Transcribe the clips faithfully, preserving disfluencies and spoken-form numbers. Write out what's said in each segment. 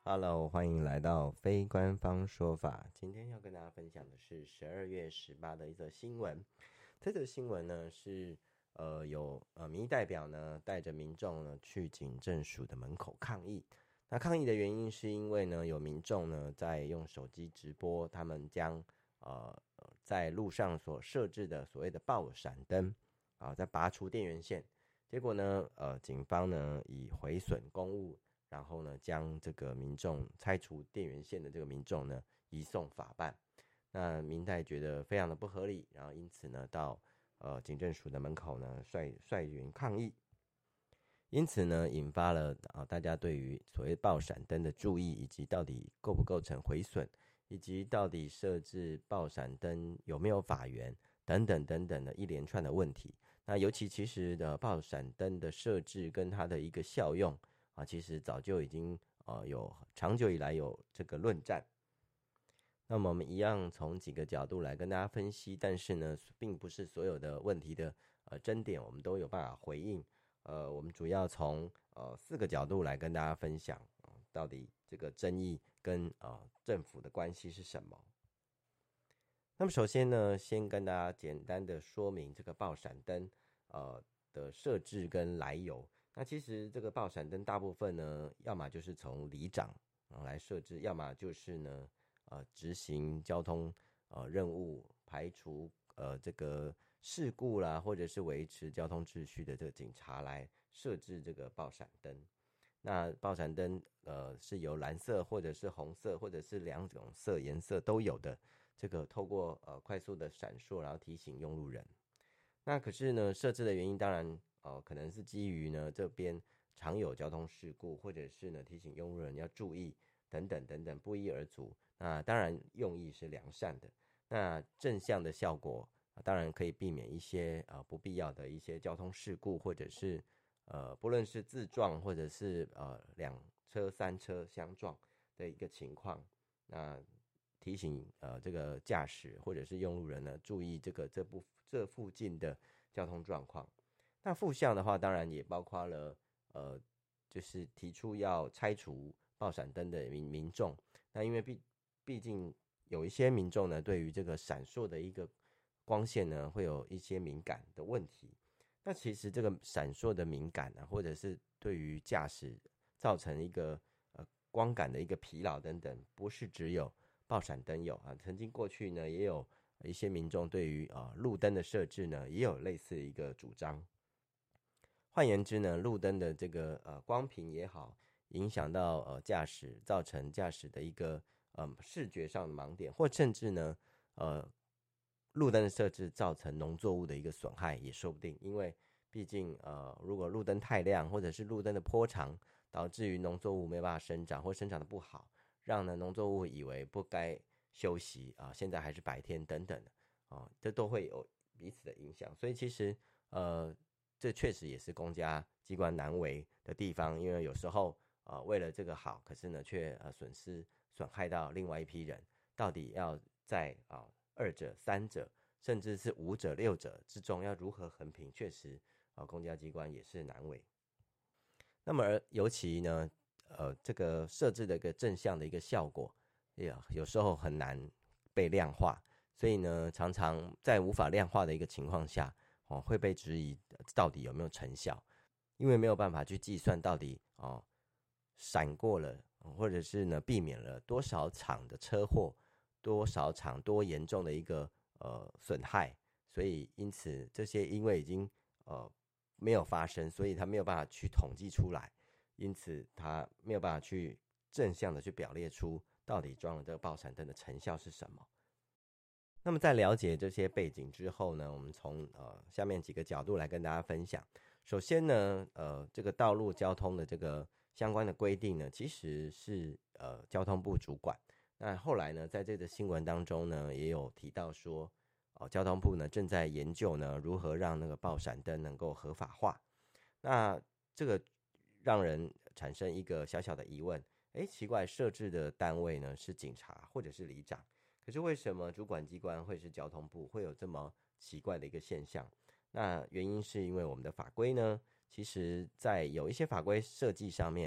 Hello，欢迎来到非官方说法。今天要跟大家分享的是十二月十八的一则新闻。这则新闻呢是呃有呃民意代表呢带着民众呢去警政署的门口抗议。那抗议的原因是因为呢有民众呢在用手机直播，他们将呃在路上所设置的所谓的爆闪灯啊，在拔除电源线。结果呢呃警方呢以毁损公物，然后呢，将这个民众拆除电源线的这个民众呢移送法办。那民代觉得非常的不合理，然后因此呢到呃警政署的门口呢率率员抗议。因此呢引发了啊、呃、大家对于所谓爆闪灯的注意，以及到底构不构成毁损，以及到底设置爆闪灯有没有法源等等等等的一连串的问题。那尤其其实的爆闪灯的设置跟它的一个效用啊，其实早就已经呃有长久以来有这个论战。那么我们一样从几个角度来跟大家分析，但是呢，并不是所有的问题的呃争点我们都有办法回应。呃，我们主要从呃四个角度来跟大家分享，呃、到底这个争议跟呃政府的关系是什么。那么首先呢，先跟大家简单的说明这个爆闪灯呃的设置跟来由。那其实这个爆闪灯大部分呢，要么就是从里长、呃、来设置，要么就是呢呃执行交通呃任务，排除呃这个事故啦，或者是维持交通秩序的这个警察来设置这个爆闪灯。那爆闪灯呃是由蓝色或者是红色或者是两种色颜色都有的，这个透过呃快速的闪烁，然后提醒用路人。那可是呢设置的原因当然呃可能是基于呢这边常有交通事故，或者是呢提醒用路人要注意等等等等，不一而足。那当然用意是良善的，那正向的效果、呃、当然可以避免一些呃不必要的一些交通事故，或者是呃不论是自撞或者是呃两车三车相撞的一个情况。那提醒呃这个驾驶或者是用路人呢注意这个这部这附近的交通状况。那负向的话，当然也包括了呃就是提出要拆除爆闪灯的民民众。那因为毕毕竟有一些民众呢对于这个闪烁的一个光线呢会有一些敏感的问题。那其实这个闪烁的敏感啊，或者是对于驾驶造成一个呃光感的一个疲劳等等，不是只有爆闪灯有啊。曾经过去呢也有一些民众对于呃路灯的设置呢也有类似的一个主张。换言之呢，路灯的这个呃光频也好，影响到呃驾驶，造成驾驶的一个呃视觉上的盲点，或甚至呢呃路灯的设置造成农作物的一个损害也说不定。因为毕竟呃如果路灯太亮，或者是路灯的波长导致于农作物没有办法生长，或生长的不好，让呢农作物以为不该休息啊、呃，现在还是白天等等的啊、呃，这都会有彼此的影响。所以其实呃这确实也是公家机关难为的地方，因为有时候呃为了这个好，可是呢却呃损失损害到另外一批人。到底要在啊、呃、二者、三者，甚至是五者、六者之中要如何衡平，确实啊、呃、公家机关也是难为。那么而尤其呢呃这个设置的一个正向的一个效果，也有时候很难被量化，所以呢常常在无法量化的一个情况下哦，会被质疑到底有没有成效。因为没有办法去计算到底哦闪过了，或者是呢避免了多少场的车祸，多少场多严重的一个呃损害。所以因此这些因为已经呃没有发生，所以他没有办法去统计出来，因此他没有办法去正向的去表列出到底装了这个爆闪灯的成效是什么。那么在了解这些背景之后呢，我们从呃下面几个角度来跟大家分享。首先呢，呃，这个道路交通的这个相关的规定呢，其实是呃交通部主管。那后来呢，在这个新闻当中呢，也有提到说，哦、呃，交通部呢正在研究呢如何让那个爆闪灯能够合法化。那这个让人产生一个小小的疑问：哎，奇怪，设置的单位呢是警察或者是里长，可是为什么主管机关会是交通部，会有这么奇怪的一个现象？那原因是因为我们的法规呢，其实在有一些法规设计上面，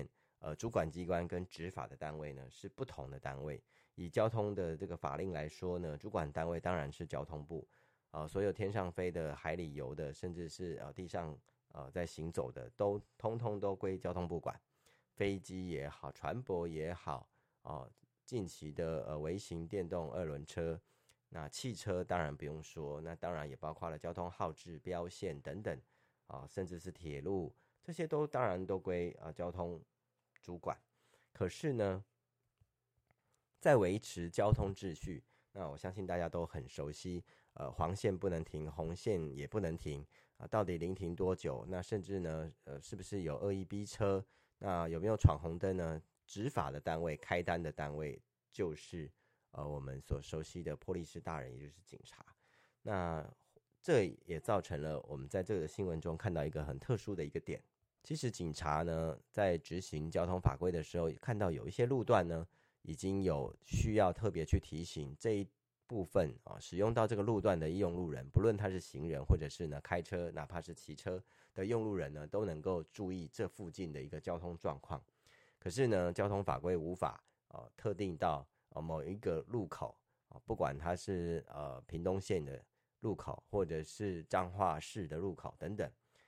呃主管机关跟执法的单位呢是不同的单位。以交通的这个法令来说呢，主管单位当然是交通部，呃，所有天上飞的、海里游的，甚至是呃地上呃在行走的，都通通都归交通部管。飞机也好，船舶也好，哦、呃，近期的呃微型电动二轮车，那汽车当然不用说，那当然也包括了交通号志、标线等等，啊、呃，甚至是铁路，这些都当然都归啊、呃、交通主管。可是呢，在维持交通秩序，那我相信大家都很熟悉，呃，黄线不能停，红线也不能停啊、呃，到底临停多久？那甚至呢，呃，是不是有恶意逼车？那有没有闯红灯呢？执法的单位、开单的单位，就是呃我们所熟悉的波利士大人，也就是警察。那这也造成了我们在这个新闻中看到一个很特殊的一个点。其实警察呢，在执行交通法规的时候，看到有一些路段呢，已经有需要特别去提醒这一部分啊，使用到这个路段的用路人，不论他是行人或者是呢开车，哪怕是骑车的用路人呢，都能够注意这附近的一个交通状况。可是呢，交通法规无法呃特定到呃某一个路口啊、呃，不管它是呃屏东县的路口，或者是彰化市的路口等等。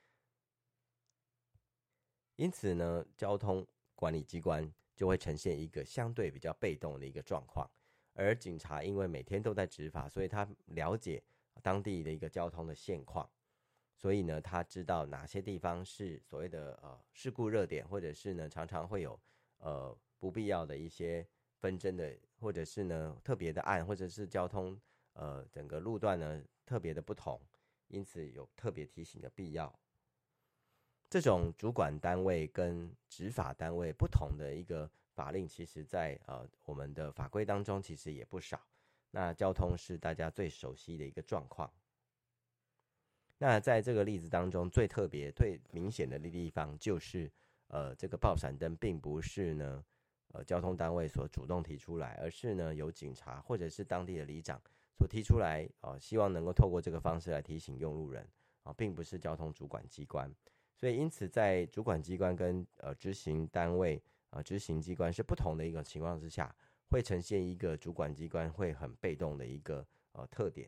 因此呢，交通管理机关就会呈现一个相对比较被动的一个状况，而警察因为每天都在执法，所以他了解当地的一个交通的现况，所以呢，他知道哪些地方是所谓的呃事故热点，或者是呢常常会有呃不必要的一些纷争的，或者是呢特别的案，或者是交通呃整个路段呢特别的不同，因此有特别提醒的必要。这种主管单位跟执法单位不同的一个法令，其实在呃我们的法规当中其实也不少。那交通是大家最熟悉的一个状况。那在这个例子当中，最特别、最明显的地方就是，呃，这个爆闪灯并不是呢，呃，交通单位所主动提出来，而是呢由警察或者是当地的里长所提出来，呃，希望能够透过这个方式来提醒用路人啊、呃，并不是交通主管机关。所以因此在主管机关跟呃执行单位啊、呃、执行机关是不同的一个情况之下，会呈现一个主管机关会很被动的一个呃特点。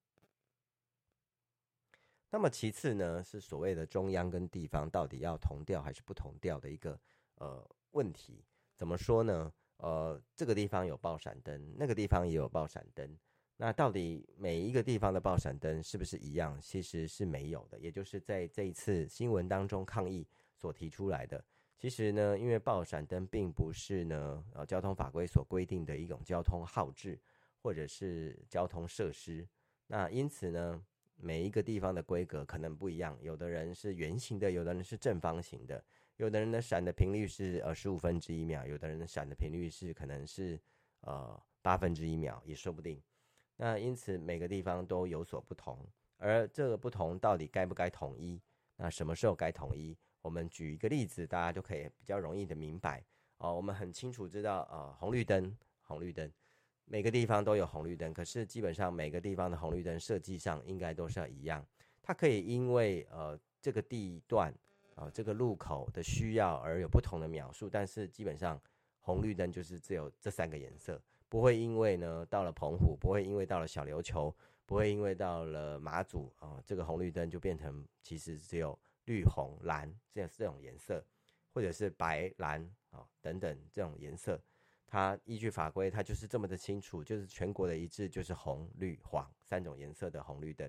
那么其次呢，是所谓的中央跟地方到底要同调还是不同调的一个呃问题。怎么说呢？呃，这个地方有爆闪灯，那个地方也有爆闪灯。那到底每一个地方的爆闪灯是不是一样？其实是没有的。也就是在这一次新闻当中抗议所提出来的，其实呢，因为爆闪灯并不是呢呃交通法规所规定的一种交通号志或者是交通设施。那因此呢，每一个地方的规格可能不一样，有的人是圆形的，有的人是正方形的，有的人的闪的频率是呃十五分之一秒，有的人的闪的频率是可能是呃八分之一秒，也说不定。那因此每个地方都有所不同，而这个不同到底该不该统一？那什么时候该统一？我们举一个例子，大家就可以比较容易的明白哦。我们很清楚知道，呃，红绿灯，红绿灯，每个地方都有红绿灯，可是基本上每个地方的红绿灯设计上应该都是要一样。它可以因为呃这个地段啊、呃、这个路口的需要而有不同的描述，但是基本上红绿灯就是只有这三个颜色。不会因为呢到了澎湖，不会因为到了小琉球，不会因为到了马祖啊、呃，这个红绿灯就变成其实只有绿、红、蓝这样这种颜色，或者是白、蓝啊、呃、等等这种颜色。它依据法规，它就是这么的清楚，就是全国的一致，就是红、绿、黄三种颜色的红绿灯。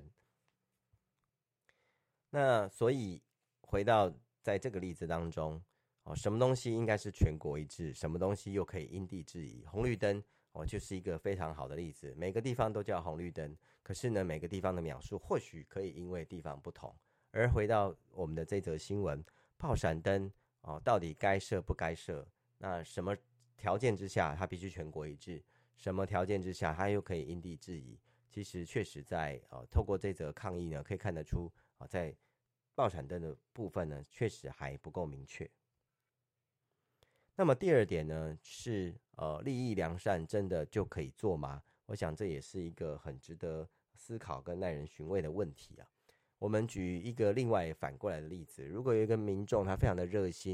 那所以回到在这个例子当中，哦，什么东西应该是全国一致，什么东西又可以因地制宜？红绿灯哦，就是一个非常好的例子。每个地方都叫红绿灯，可是呢，每个地方的描述或许可以因为地方不同。而回到我们的这则新闻，爆闪灯哦，到底该设不该设？那什么条件之下它必须全国一致？什么条件之下它又可以因地制宜？其实确实在呃，透过这则抗议呢，可以看得出啊、呃，在爆闪灯的部分呢，确实还不够明确。那么第二点呢，是呃，利益良善真的就可以做吗？我想这也是一个很值得思考跟耐人寻味的问题啊。我们举一个另外反过来的例子，如果有一个民众他非常的热心，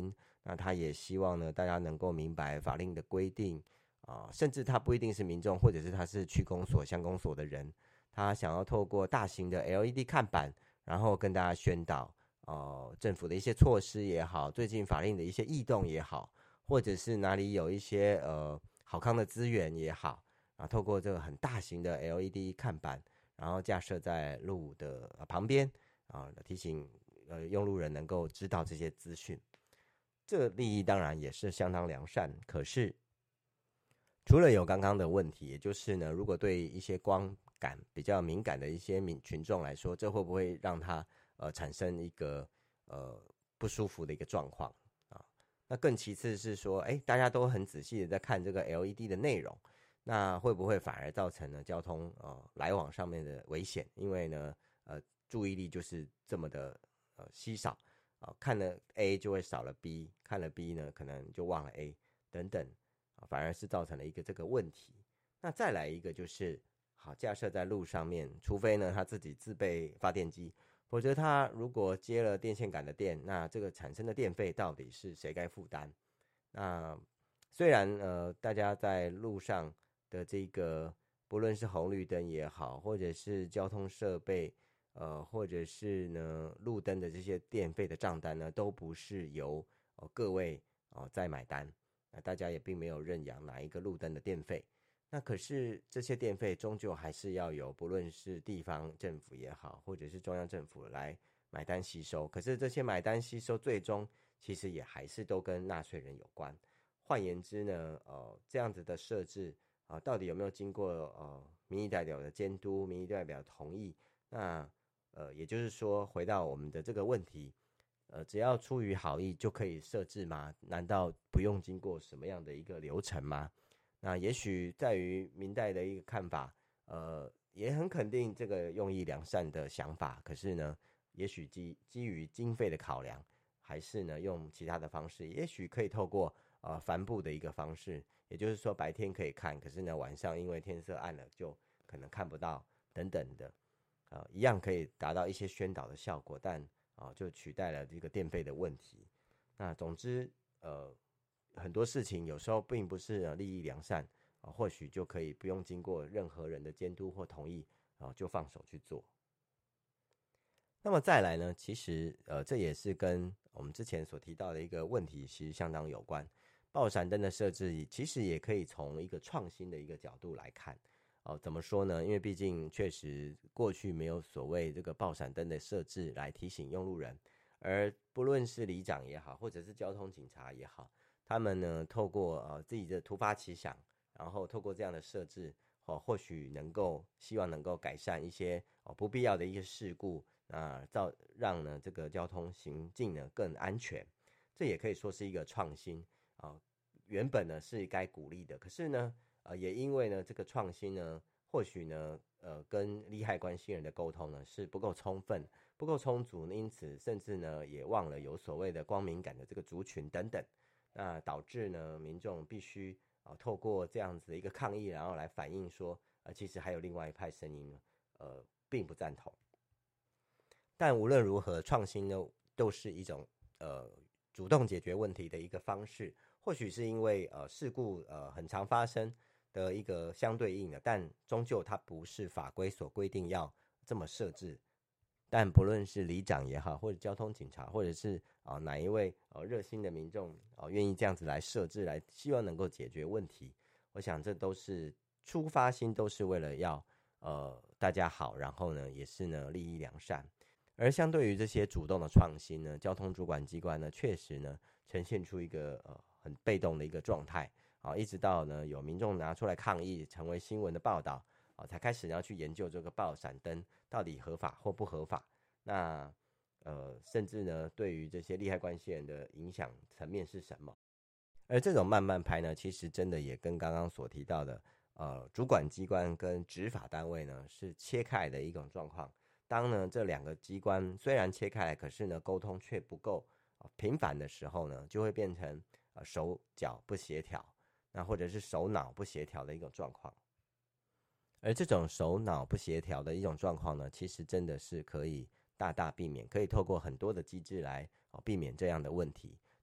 那他也希望呢大家能够明白法令的规定啊、呃，甚至他不一定是民众，或者是他是区公所、乡公所的人，他想要透过大型的 L E D 看板，然后跟大家宣导呃政府的一些措施也好，最近法令的一些异动也好，或者是哪里有一些呃好康的资源也好，啊，透过这个很大型的 L E D 看板，然后架设在路的旁边啊，提醒呃用路人能够知道这些资讯。这个利益当然也是相当良善，可是除了有刚刚的问题，也就是呢，如果对一些光感比较敏感的一些民群众来说，这会不会让他呃产生一个呃不舒服的一个状况啊？那更其次是说，哎，大家都很仔细的在看这个 L E D 的内容，那会不会反而造成呢交通呃来往上面的危险？因为呢呃注意力就是这么的呃稀少啊、呃，看了 A 就会少了 B， 看了 B 呢可能就忘了 A 等等。反而是造成了一个这个问题。那再来一个就是，好，架设在路上面，除非呢他自己自备发电机，否则他如果接了电线杆的电，那这个产生的电费到底是谁该负担？那虽然呃大家在路上的这个不论是红绿灯也好，或者是交通设备，呃，或者是呢路灯的这些电费的账单呢，都不是由、呃、各位哦、呃、在买单。那大家也并没有认养哪一个路灯的电费，那可是这些电费终究还是要有不论是地方政府也好，或者是中央政府来买单吸收。可是这些买单吸收最终其实也还是都跟纳税人有关。换言之呢，呃，这样子的设置啊、呃，到底有没有经过呃民意代表的监督、民意代表的同意？那呃，也就是说，回到我们的这个问题。呃，只要出于好意就可以设置吗？难道不用经过什么样的一个流程吗？那也许在于民代的一个看法，呃，也很肯定这个用意良善的想法。可是呢，也许基基于经费的考量，还是呢用其他的方式，也许可以透过呃帆布的一个方式，也就是说白天可以看，可是呢晚上因为天色暗了，就可能看不到等等的，呃，一样可以达到一些宣导的效果，但。啊，就取代了这个电费的问题。那总之，呃，很多事情有时候并不是、呃、利益良善啊、呃，或许就可以不用经过任何人的监督或同意啊、呃，就放手去做。那么再来呢，其实呃，这也是跟我们之前所提到的一个问题其实相当有关。爆闪灯的设置其实也可以从一个创新的一个角度来看。哦，怎么说呢？因为毕竟确实过去没有所谓这个爆闪灯的设置来提醒用路人，而不论是里长也好，或者是交通警察也好，他们呢透过呃自己的突发奇想，然后透过这样的设置，哦，或许能够希望能够改善一些哦不必要的一些事故，那造让呢这个交通行进呢更安全，这也可以说是一个创新啊、呃。原本呢是该鼓励的，可是呢。呃，也因为呢，这个创新呢，或许呢，呃，跟利害关系人的沟通呢是不够充分、不够充足，因此甚至呢也忘了有所谓的光敏感的这个族群等等，那导致呢民众必须啊、呃、透过这样子的一个抗议，然后来反映说，呃，其实还有另外一派声音呢，呃，并不赞同。但无论如何，创新呢都是一种呃主动解决问题的一个方式，或许是因为呃事故呃很常发生。的一个相对应的，但终究它不是法规所规定要这么设置。但不论是里长也好，或者交通警察，或者是啊、呃、哪一位呃热心的民众啊、呃、愿意这样子来设置，来希望能够解决问题，我想这都是出发心都是为了要呃大家好，然后呢也是呢利益良善。而相对于这些主动的创新呢，交通主管机关呢确实呢呈现出一个呃很被动的一个状态。啊，一直到呢有民众拿出来抗议，成为新闻的报道，啊，才开始要去研究这个爆闪灯到底合法或不合法。那呃，甚至呢，对于这些利害关系人的影响层面是什么？而这种慢慢拍呢，其实真的也跟刚刚所提到的，呃，主管机关跟执法单位呢是切开的一种状况。当呢这两个机关虽然切开来，可是呢沟通却不够、呃、频繁的时候呢，就会变成呃手脚不协调。那或者是手脑不协调的一种状况，而这种手脑不协调的一种状况呢，其实真的是可以大大避免，可以透过很多的机制来、哦、避免这样的问题。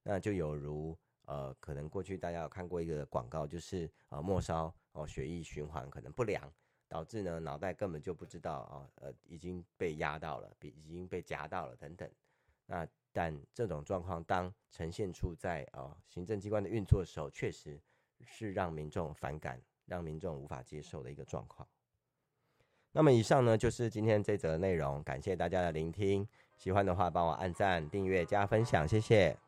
那就有如呃，可能过去大家有看过一个广告，就是呃末梢哦血液循环可能不良，导致呢脑袋根本就不知道啊、呃已经被压到了，已经被夹到了等等。那但这种状况当呈现出在呃行政机关的运作的时候，确实是让民众反感，让民众无法接受的一个状况。那么以上呢就是今天这则内容，感谢大家的聆听。喜欢的话帮我按赞、订阅、加分享，谢谢。